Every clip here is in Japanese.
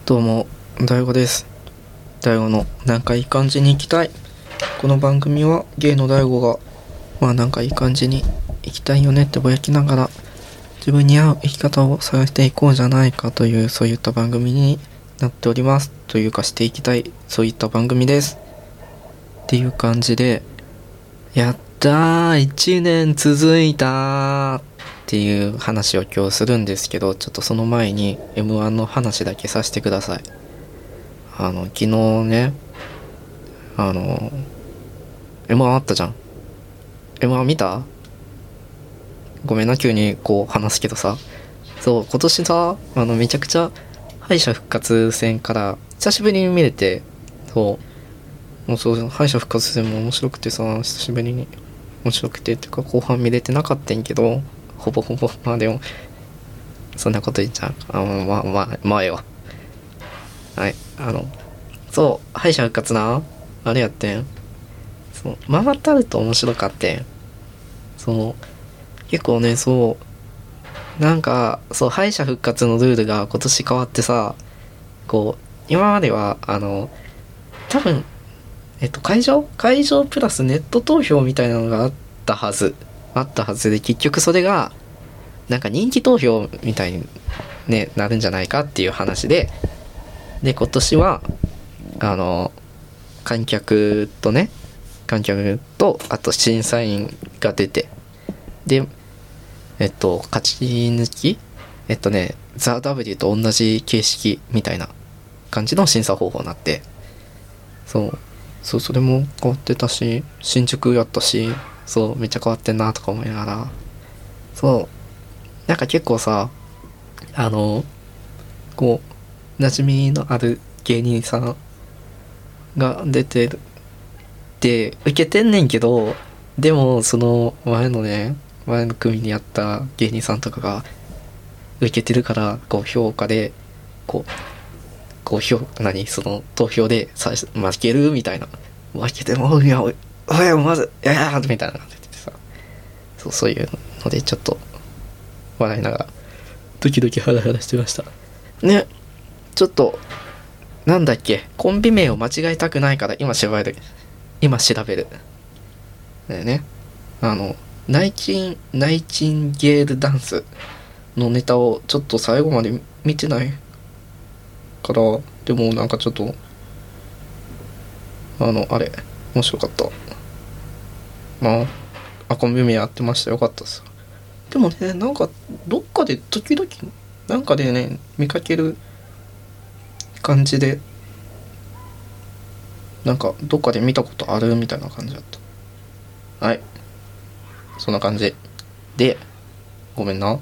どうも、大悟です。大悟のなんかいい感じに生きたい。この番組はゲイの大悟が、なんかいい感じに生きたいよねってぼやきながら、自分に合う生き方を探していこうじゃないかという、そういった番組になっております。というかしていきたい、そういった番組です。っていう感じで、やったー、1年続いたーっていう話を今日するんですけど、ちょっとその前に M1 の話だけさせてください。昨日ね、M1 あったじゃん。M1 見た？ごめんな、急にこう話すけどさ。そう、今年さ、めちゃくちゃ敗者復活戦から久しぶりに見れて、そう、もうそう、敗者復活戦も面白くてさ、久しぶりに面白くてっていうか後半見れてなかったんけど、ほぼでも、そんなこと言っちゃう。まあええわ。はい、そう、敗者復活な、あれやってん。そう、ママタルト面白かってん。そう、結構ね、そう、なんか、そう、敗者復活のルールが今年変わってさ、こう、今までは、多分、会場プラスネット投票みたいなのがあったはずで、結局それが、なんか人気投票みたいに、ね、なるんじゃないかっていう話で、今年は、観客とあと審査員が出て、で勝ち抜きザ・ W と同じ形式みたいな感じの審査方法になって、そうそれも変わってたし、新宿やったし、そうめっちゃ変わってんなとか思いながら、そうなんか結構さ、こう馴染みのある芸人さんが出てるって受けてんねんけど、でもその前の組にあった芸人さんとかが受けてるから、こう評価でこうその投票で負けるみたいな、負けてもいやおいまずいやみたいな感じでさ、そういうのでちょっと笑いながらドキドキハラハラしてましたね。ちょっとなんだっけ、コンビ名を間違えたくないから今調べるだよね。ナイチンゲールダンスのネタをちょっと最後まで見てないから、でもなんかちょっとあれ面白かった。コンビ名やってました、よかったです。でもね、なんかどっかで時々なんかでね見かける感じで、なんかどっかで見たことあるみたいな感じだった。はい、そんな感じで、ごめんな。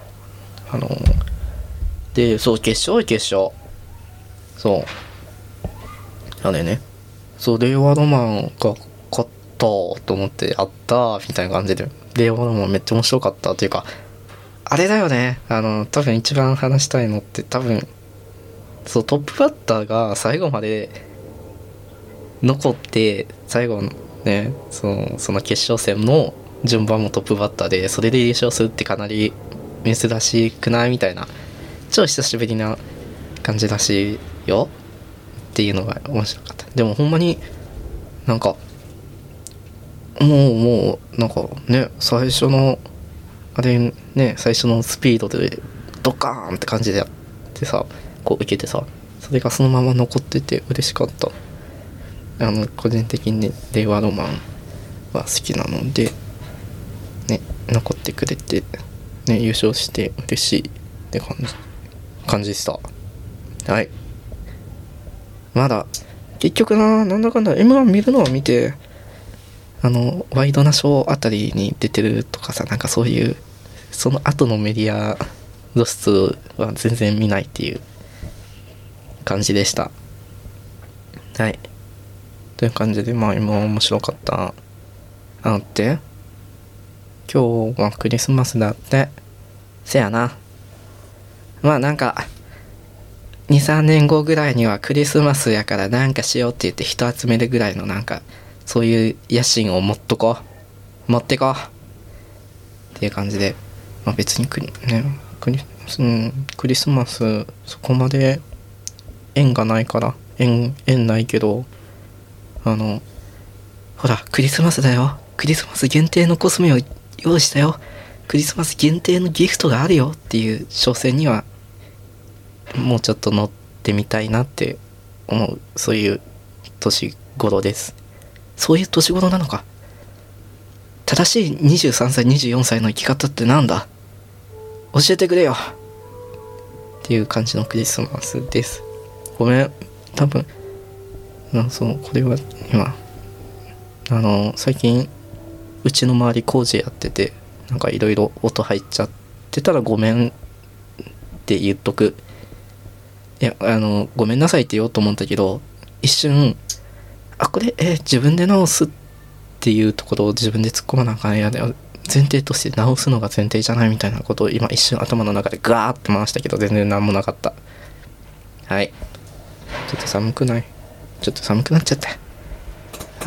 で、そう、決勝そうあれね、そう、令和ロマンが勝ったと思って、やったーみたいな感じで、令和ロマンめっちゃ面白かったというか、あれだよね、多分一番話したいのって、多分そう、トップバッターが最後まで残って、最後ね、その決勝戦の順番もトップバッターで、それで優勝するってかなり珍しくないみたいな、超久しぶりな感じらしいよっていうのが面白かった。でもほんまになんかもうなんかね、最初のあれね、最初のスピードでドカーンって感じでやってさ、こう受けてさ、それがそのまま残ってて嬉しかった。個人的にね、令和ロマンは好きなのでね、残ってくれてね、優勝して嬉しいって感じでした。はい、まだ結局なんだかんだ M1 見るのは見て、ワイドナショーあたりに出てるとかさ、なんかそういうその後のメディア露出は全然見ないっていう感じでした。はい、という感じで、今面白かった。って今日はクリスマスだって。せやな、なんか 2,3 年後ぐらいにはクリスマスやからなんかしようって言って人集めるぐらいの、なんかそういう野心を持ってこうっていう感じで、別にクリスマスそこまで縁がないから縁ないけど、ほらクリスマスだよ、クリスマス限定のコスメを用意したよ、クリスマス限定のギフトがあるよっていう商戦にはもうちょっと乗ってみたいなって思う、そういう年頃です。そういう年頃なのか。正しい23歳24歳の生き方ってなんだ、教えてくれよっていう感じのクリスマスです。ごめん、多分そうこれは今最近うちの周り工事やってて、なんかいろいろ音入っちゃってたらごめんって言っとく。いやごめんなさいって言おうと思ったけど、一瞬これ自分で直すっていうところを自分で突っ込まなあかんやで、前提として直すのが前提じゃないみたいなことを今一瞬頭の中でガーって回したけど全然なんもなかった。はい、ちょっと寒くない？ちょっと寒くなっちゃった。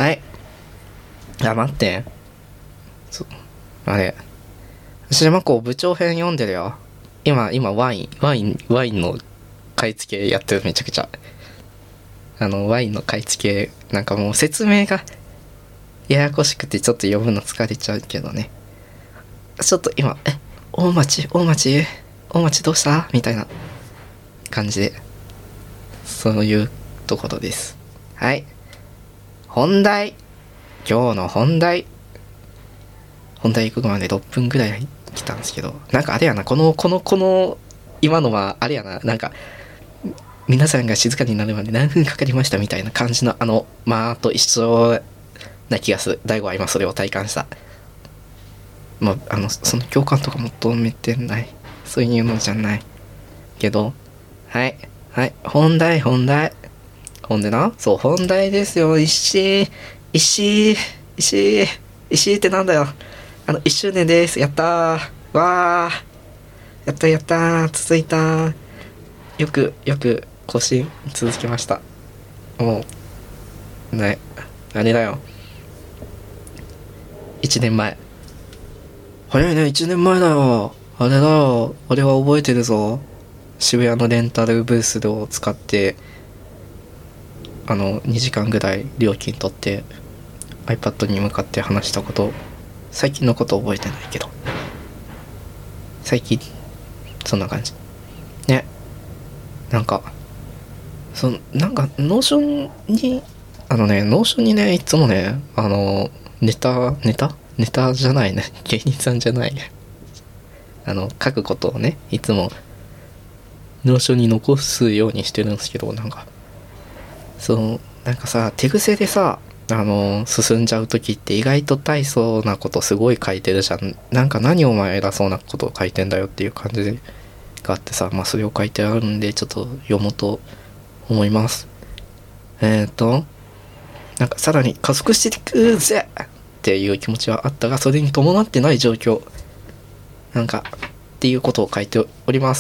はい、待って、あれ島子部長編読んでるよ。今ワインの買い付けやってる。めちゃくちゃワインの買い付けなんかもう説明がややこしくてちょっと読むの疲れちゃうけどね。ちょっと今大町どうしたみたいな感じで、そういうところです。はい、本題、今日の本題行くまで6分ぐらい来たんですけど、なんかあれやな、この今のはあれやな、なんか皆さんが静かになるまで何分かかりましたみたいな感じのと一緒な気がする。大悟は今それを体感した。その共感とか求めてない、そういうのじゃないけど、はい本題な、そう本題ですよ。石ってなんだよ。1周年です。やったー、わー、やったー、続いたー、よく更新続きました。もうね、あれだよ、1年前、早いね、1年前だよ。あれだよ、俺は覚えてるぞ。渋谷のレンタルブースを使って2時間ぐらい料金取って iPad に向かって話したこと。最近のこと覚えてないけど、最近そんな感じね。なんかなんかノーションにね、いつもねネタじゃないね、芸人さんじゃないね、書くことをね、いつもノーションに残すようにしてるんですけど、なんかなんかさ、手癖でさ進んじゃう時って意外と大層なことすごい書いてるじゃん。なんか何お前偉そうなことを書いてんだよっていう感じがあってさ、それを書いてあるんでちょっと読もうと思います。なんかさらに加速していくぜっていう気持ちはあったが、それに伴ってない状況なんかっていうことを書いております。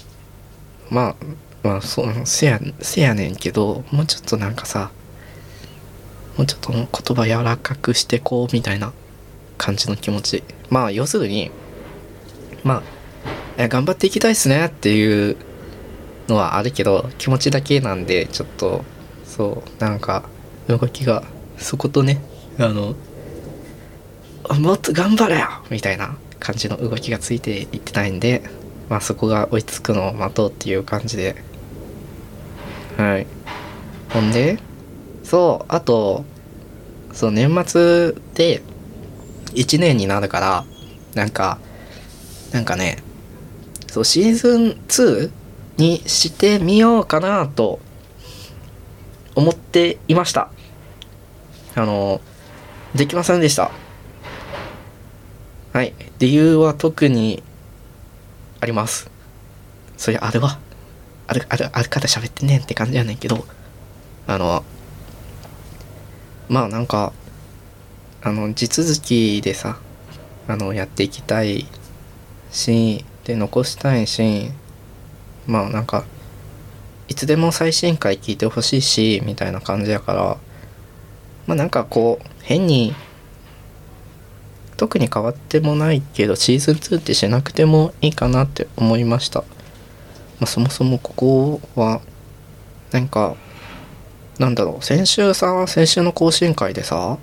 そうせやねんけど、もうちょっとなんかさ、もうちょっと言葉柔らかくしてこうみたいな感じの気持ち。要するに頑張っていきたいっすねっていうのはあるけど、気持ちだけなんで、ちょっとなんか動きがそことね、もっと頑張れよみたいな感じの動きがついていってないんで、そこが追いつくのを待とうっていう感じで、はい。ほんであと年末で1年になるから、なんかね、シーズン2にしてみようかなと思っていました。できませんでした。はい、理由は特にあります。そりゃあるから喋ってねんって感じやねんけど、なんか地続きでさやっていきたいし、で残したいし、なんかいつでも最新回聞いてほしいしみたいな感じやから、なんか変に特に変わってもないけどシーズン2ってしなくてもいいかなって思いました。そもそもここはなんかなんだろう、先週の更新会でさ、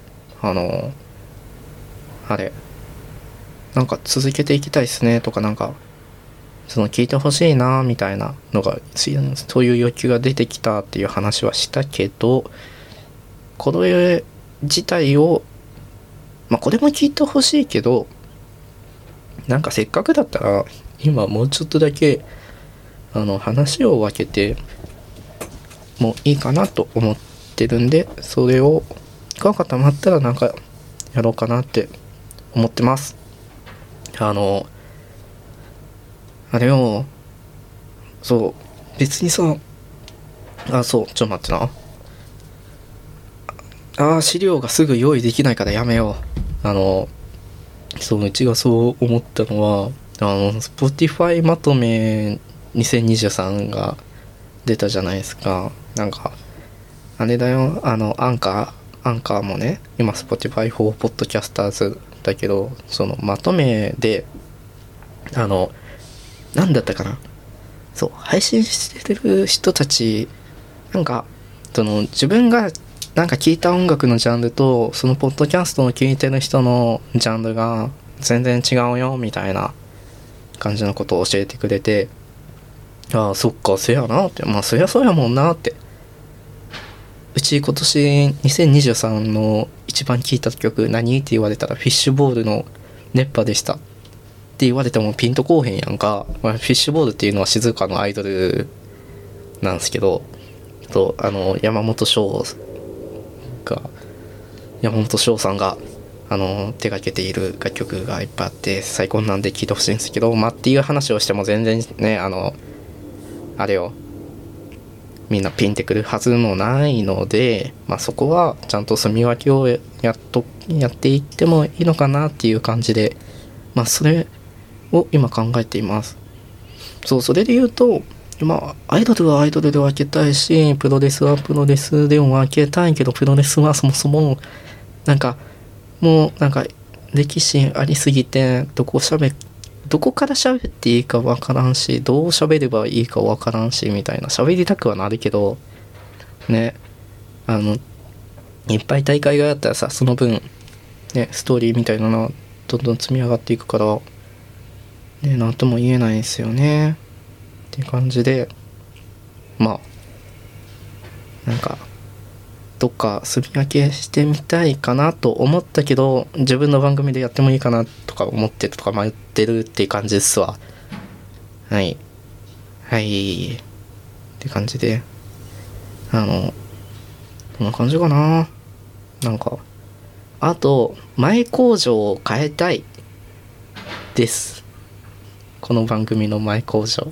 あれなんか続けていきたいっすねとか、なんかその聞いてほしいなみたいなのが、そういう欲求が出てきたっていう話はしたけど、これ自体をこれも聞いてほしいけど、なんかせっかくだったら今もうちょっとだけ話を分けてもいいかなと思ってるんで、それをが固まったらなんかやろうかなって思ってます。あれをそう別にさ、そうちょっと待ってな、資料がすぐ用意できないからやめよう。うちがそう思ったのは、Spotify まとめ2023が出たじゃないですか。なんかあれだよ、アンカーもね、今 Spotify for Podcasters だけど、そのまとめでなんだったかな、そう配信してる人たち、なんかその自分がなんか聞いた音楽のジャンルとそのポッドキャストの聞いてる人のジャンルが全然違うよみたいな感じのことを教えてくれて、そっかせやなって、そりゃそうやもんなって。うち今年2023の一番聴いた曲何って言われたらフィッシュボールの熱波でしたって言われてもピンとこうへんやんか。フィッシュボールっていうのは静岡のアイドルなんですけど、山本翔さんが手掛けている楽曲がいっぱいあって最高なんで聴いてほしいんですけど、っていう話をしても全然ね、あれよ、みんなピンってくるはずもないので、そこはちゃんと住み分けをやっていってもいいのかなっていう感じで、それを今考えています。それで言うと、アイドルはアイドルで分けたいし、プロレスはプロレスでも分けたいけど、プロレスはそもそももう歴史ありすぎて、どこから喋っていいか分からんし、どう喋ればいいか分からんしみたいな、喋りたくはなるけどね、いっぱい大会があったらさ、その分ねストーリーみたいなのはどんどん積み上がっていくからね、なんとも言えないですよねっていう感じで、どっか住み分けしてみたいかなと思ったけど、自分の番組でやってもいいかなとか思ってるとか迷ってるっていう感じですわ。はいって感じで、こんな感じかな。あと前工場を変えたいです。この番組の前工場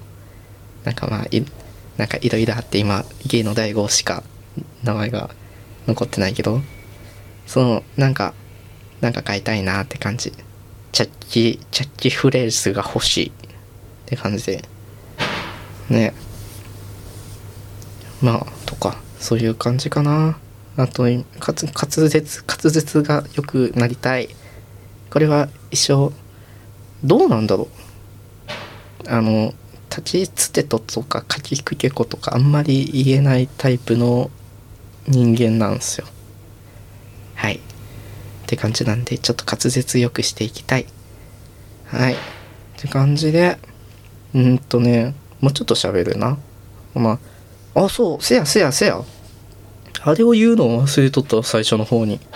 いろいろあって、今芸の大悟しか名前が残ってないけど、なんか変えたいなって感じ。チャッキフレーズが欲しいって感じでね、とかそういう感じかな。あと滑舌が良くなりたい。これは一生どうなんだろう。立ちつてとかかきくけことかあんまり言えないタイプの人間なんですよ。はいって感じなんで、ちょっと滑舌よくしていきたい。はいって感じで、もうちょっと喋るな。そうせやあれを言うのを忘れとった、最初の方に。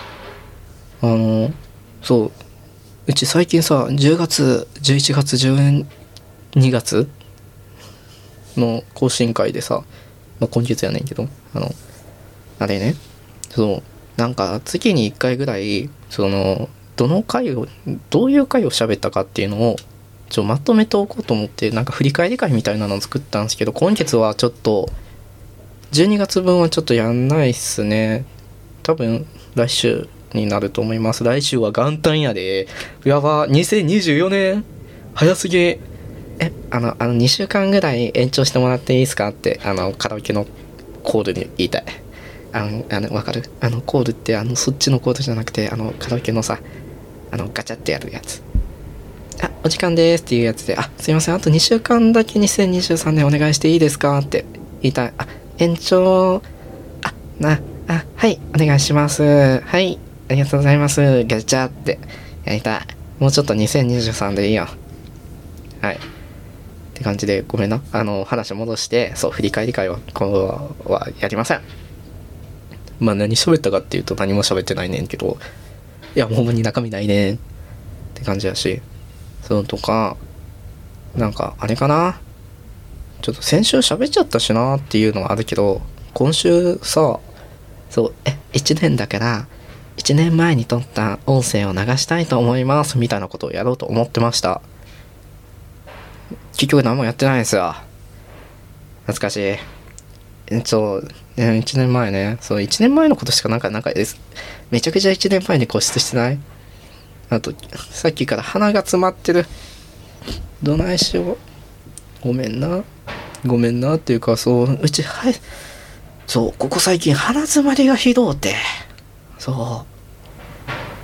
うち最近さ、10月11月12月の更新会でさ、今月やねんけど、あれね、月に1回ぐらいどういう回を喋ったかっていうのをまとめておこうと思って、振り返り会みたいなのを作ったんですけど、今月はちょっと12月分はちょっとやんないっすね。多分来週になると思います。来週は元旦やで。やば、2024年早すぎ。2週間ぐらい延長してもらっていいですかって、カラオケのコールに言いたい。わかる？コールってそっちのコールじゃなくて、カラオケのさ、ガチャってやるやつ。お時間ですっていうやつで、すいません、あと2週間だけ2023年お願いしていいですかって言いたい。 延長、はい、お願いします。はい、ありがとうございます。ガチャってやりたい。もうちょっと2023でいいよ。はい。って感じで、ごめんな。話戻して、そう、振り返り会は、今後はやりません。まあ、何喋ったかっていうと何も喋ってないねんけど、いや、ほんまに中身ないねんって感じやし、そうとか、なんか、あれかな。ちょっと先週喋っちゃったしなっていうのはあるけど、今週さ、そう、1年だから、1年前に撮った音声を流したいと思いますみたいなことをやろうと思ってました。結局何もやってないんですよ。懐かしい。1年前ね。そう、1年前のことしかなんかです。めちゃくちゃ1年前に固執してない？あと、さっきから鼻が詰まってる。どないしよう。ごめんなっていうか、そう、そう、ここ最近鼻詰まりがひどうて。そう。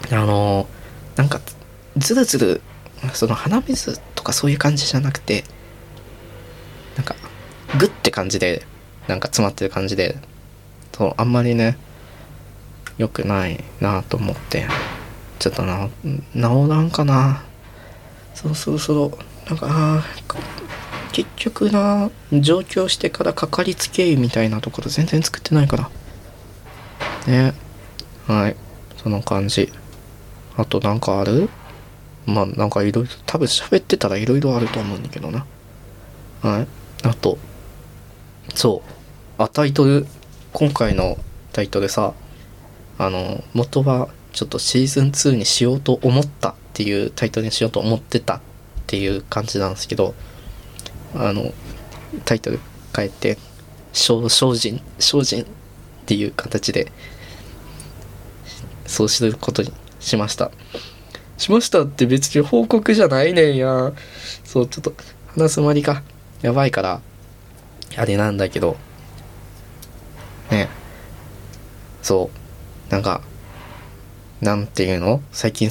なんか、ずるずる、その鼻水とかそういう感じじゃなくて、なんか、グッて感じで、なんか詰まってる感じで、そう、あんまりね、良くないなと思って、ちょっと治らんかな。そう、そろそろ、なんか、結局上京してからかかりつけ医みたいなところ全然作ってないから。ね。はい。その感じ。あとなんかある？まあなんかいろいろ、多分喋ってたらいろいろあると思うんだけどな。はい。あと、そう。タイトル、今回のタイトルさ、元はちょっとシーズン2にしようと思ったっていうタイトルにしようと思ってたっていう感じなんですけど、タイトル変えて、精進っていう形で、そうすることにしました。って別に報告じゃないねんや。そう、ちょっと、鼻詰まりがやばいから、あれなんだけど、ね、そう、なんか、なんていうの？最近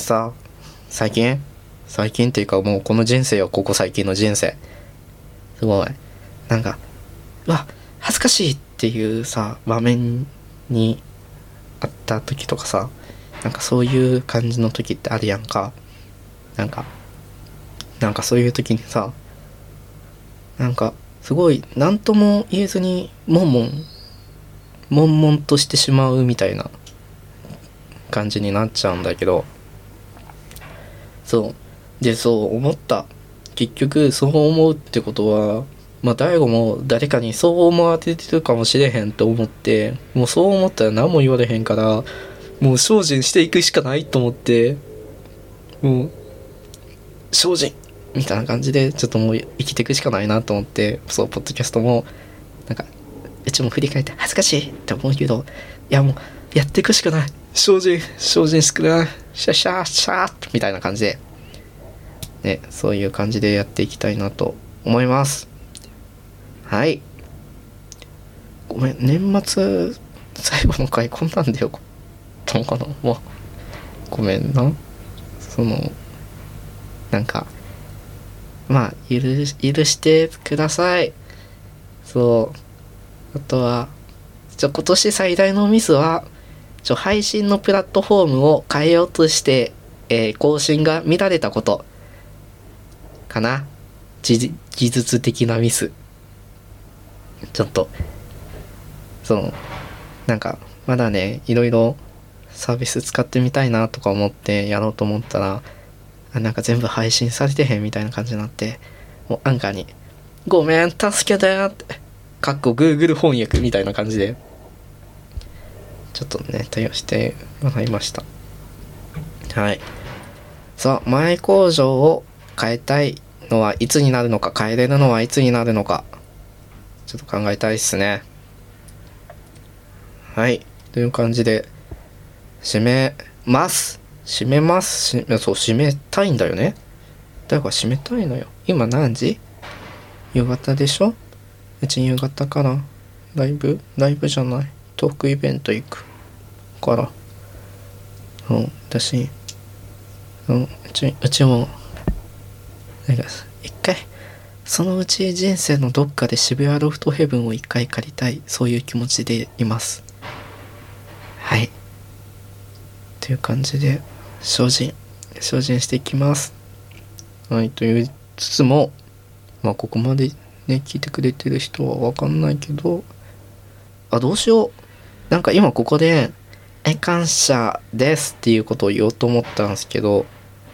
っていうかもうこの人生よ、ここ最近の人生。すごい。なんか、恥ずかしいっていうさ、場面にあった時とかさ、なんかそういう感じの時ってあるやんか。なんかそういう時にさ、なんかすごい何とも言えずに悶々としてしまうみたいな感じになっちゃうんだけど、そうで、そう思った。結局そう思うってことは、まあ大悟も誰かにそう思われてるかもしれへんと思って、もうそう思ったら何も言われへんから、もう精進していくしかないと思って、もう精進みたいな感じでちょっともう生きていくしかないなと思って、そう、ポッドキャストもなんかうちも振り返って恥ずかしいって思うけど、いやもうやっていくしかない、精進してくれ、シャシャシャーみたいな感じでね、そういう感じでやっていきたいなと思います。はい、ごめん、年末最後の回こんなんでよかったのかな。もうごめんな。なんかまあ許してください。そう、あとは今年最大のミスは配信のプラットフォームを変えようとして、更新が乱れたことかな。技術的なミス。ちょっとなんかまだね、いろいろサービス使ってみたいなとか思ってやろうと思ったら、なんか全部配信されてへんみたいな感じになって、もうアンカーにごめん助けてってGoogle 翻訳みたいな感じでちょっとね対応してもらいました。はい。さあ、前工場を変えたいのはいつになるのか、変えれるのはいつになるのか、ちょっと考えたいっすね。はい、という感じで締めます。締めたいんだよね。だから締めたいのよ。今何時？夕方でしょ。うち夕方からライブじゃない、トークイベント行くから、私うちもなんか一回そのうち人生のどっかで渋谷ロフトヘブンを一回借りたい、そういう気持ちでいます。はい。という感じで精進していきます。はい、というつつも、まあここまでね聞いてくれてる人は分かんないけど、どうしよう。なんか今ここで感謝ですっていうことを言おうと思ったんですけど、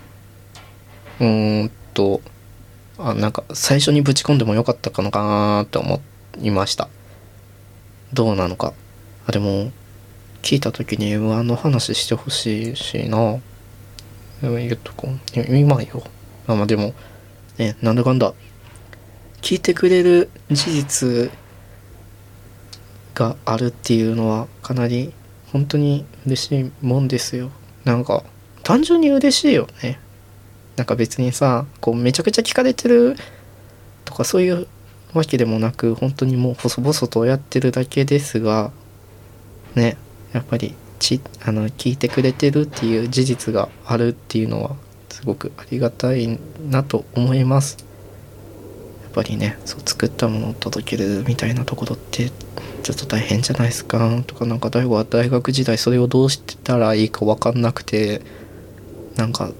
なんか最初にぶち込んでもよかったかのかなって思いました。どうなのか。でも聞いた時に M1 の話してほしいしな。言っとこう。今よ。まあでもね、なんだかんだ聞いてくれる事実があるっていうのはかなり本当に嬉しいもんですよ。なんか単純に嬉しいよね。なんか別にさ、こうめちゃくちゃ聞かれてるとかそういうわけでもなく、本当にもう細々とやってるだけですがね、やっぱり聞いてくれてるっていう事実があるっていうのはすごくありがたいなと思います。やっぱりね、そう作ったものを届けるみたいなところってちょっと大変じゃないですか。とか、なんか大悟は大学時代それをどうしてたらいいか分かんなくて、なんか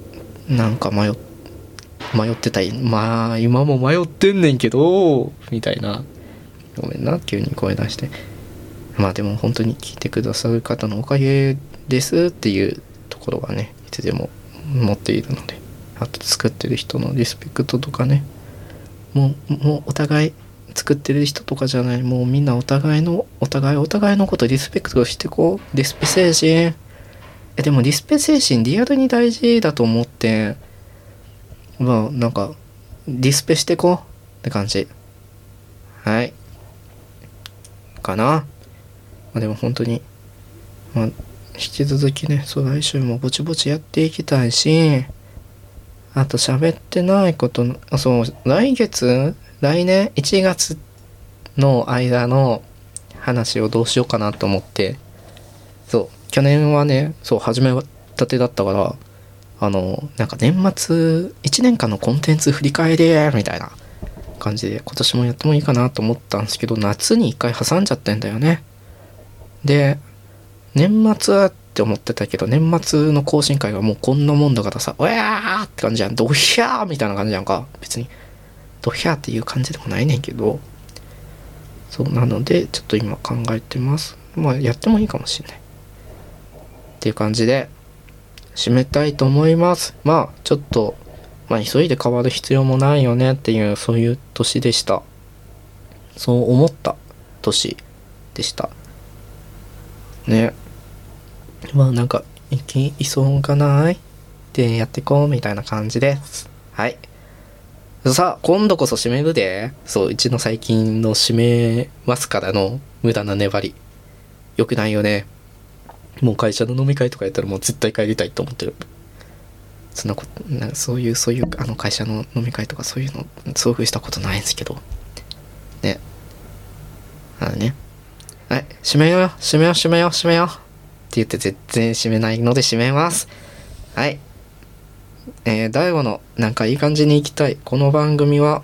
迷ってたり、まあ今も迷ってんねんけどみたいな。ごめんな、急に声出して。まあでも本当に聞いてくださる方のおかげですっていうところはね、いつでも持っているので、あと作ってる人のリスペクトとかね、もうお互い作ってる人とかじゃない、もうみんなお互いのことリスペクトしてこう。リスペ精神、でもリスペ精神リアルに大事だと思って、まあなんかリスペしてこうって感じ。はいかな。でも本当に、引き続きね、そう来週もぼちぼちやっていきたいし、あと喋ってないことの、そう来年1月の間の話をどうしようかなと思って、そう去年はね、そう始めたてだったから、なんか年末1年間のコンテンツ振り返りみたいな感じで今年もやってもいいかなと思ったんですけど、夏に1回挟んじゃってんだよね。で年末って思ってたけど、年末の更新会がもうこんなもんだからさ、うわーって感じじゃん。ドヒャーみたいな感じじゃんか。別にドヒャーっていう感じでもないねんけど、そうなのでちょっと今考えてます。まあやってもいいかもしれないっていう感じで締めたいと思います。まあちょっと急いで変わる必要もないよねっていう、そういう年でした。そう思った年でしたね。なんか急がないでやっていこうみたいな感じです。はい。さあ今度こそ締めるで。そう、うちの最近の締めますからの無駄な粘りよくないよね。もう会社の飲み会とかやったらもう絶対帰りたいと思ってる。そんなことそういう会社の飲み会とかそういうの遭遇したことないんですけどね。ね、はい、締めようって言って全然締めないので締めます。はい。大悟のなんかいい感じに行きたい。この番組は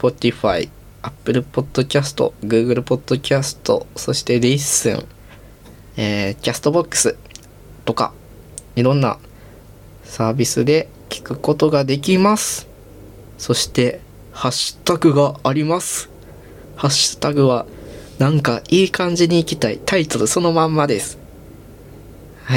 Spotify、Apple Podcast、Google Podcast、そして Listen、Castbox とかいろんなサービスで聞くことができます。そしてハッシュタグがあります。ハッシュタグはなんかいい感じに行きたい。タイトルそのまんまです。はい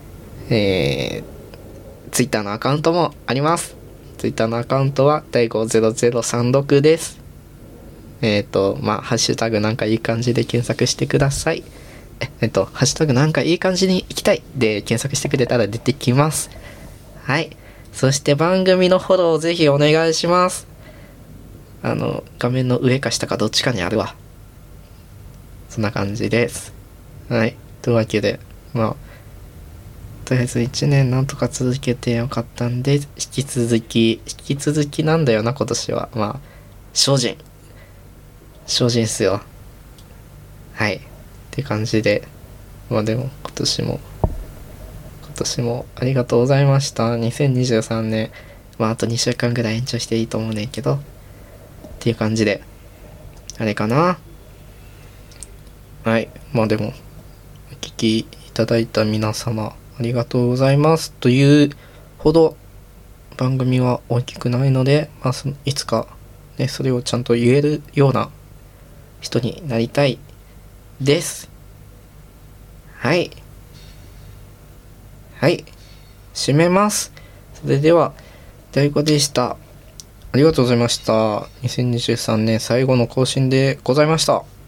。Twitter のアカウントもあります。Twitter のアカウントは第50036です。ハッシュタグなんかいい感じで検索してください。ハッシュタグなんかいい感じに行きたいで検索してくれたら出てきます。はい。そして番組のフォローぜひお願いします。画面の上か下かどっちかにあるわ。そんな感じです。はい。というわけで、とりあえず1年なんとか続けてよかったんで、引き続きなんだよな、今年は。精進っすよ。はい。って感じで、でも今年もありがとうございました。2023年、あと2週間ぐらい延長していいと思うねんけど、っっていう感じで、あれかな。はい。まあでも、お聞きいただいた皆様、ありがとうございますというほど番組は大きくないので、まあ、いつか、ね、それをちゃんと言えるような人になりたいです。はい。はい。締めます。それでは、大悟でした。ありがとうございました。2023年最後の更新でございました。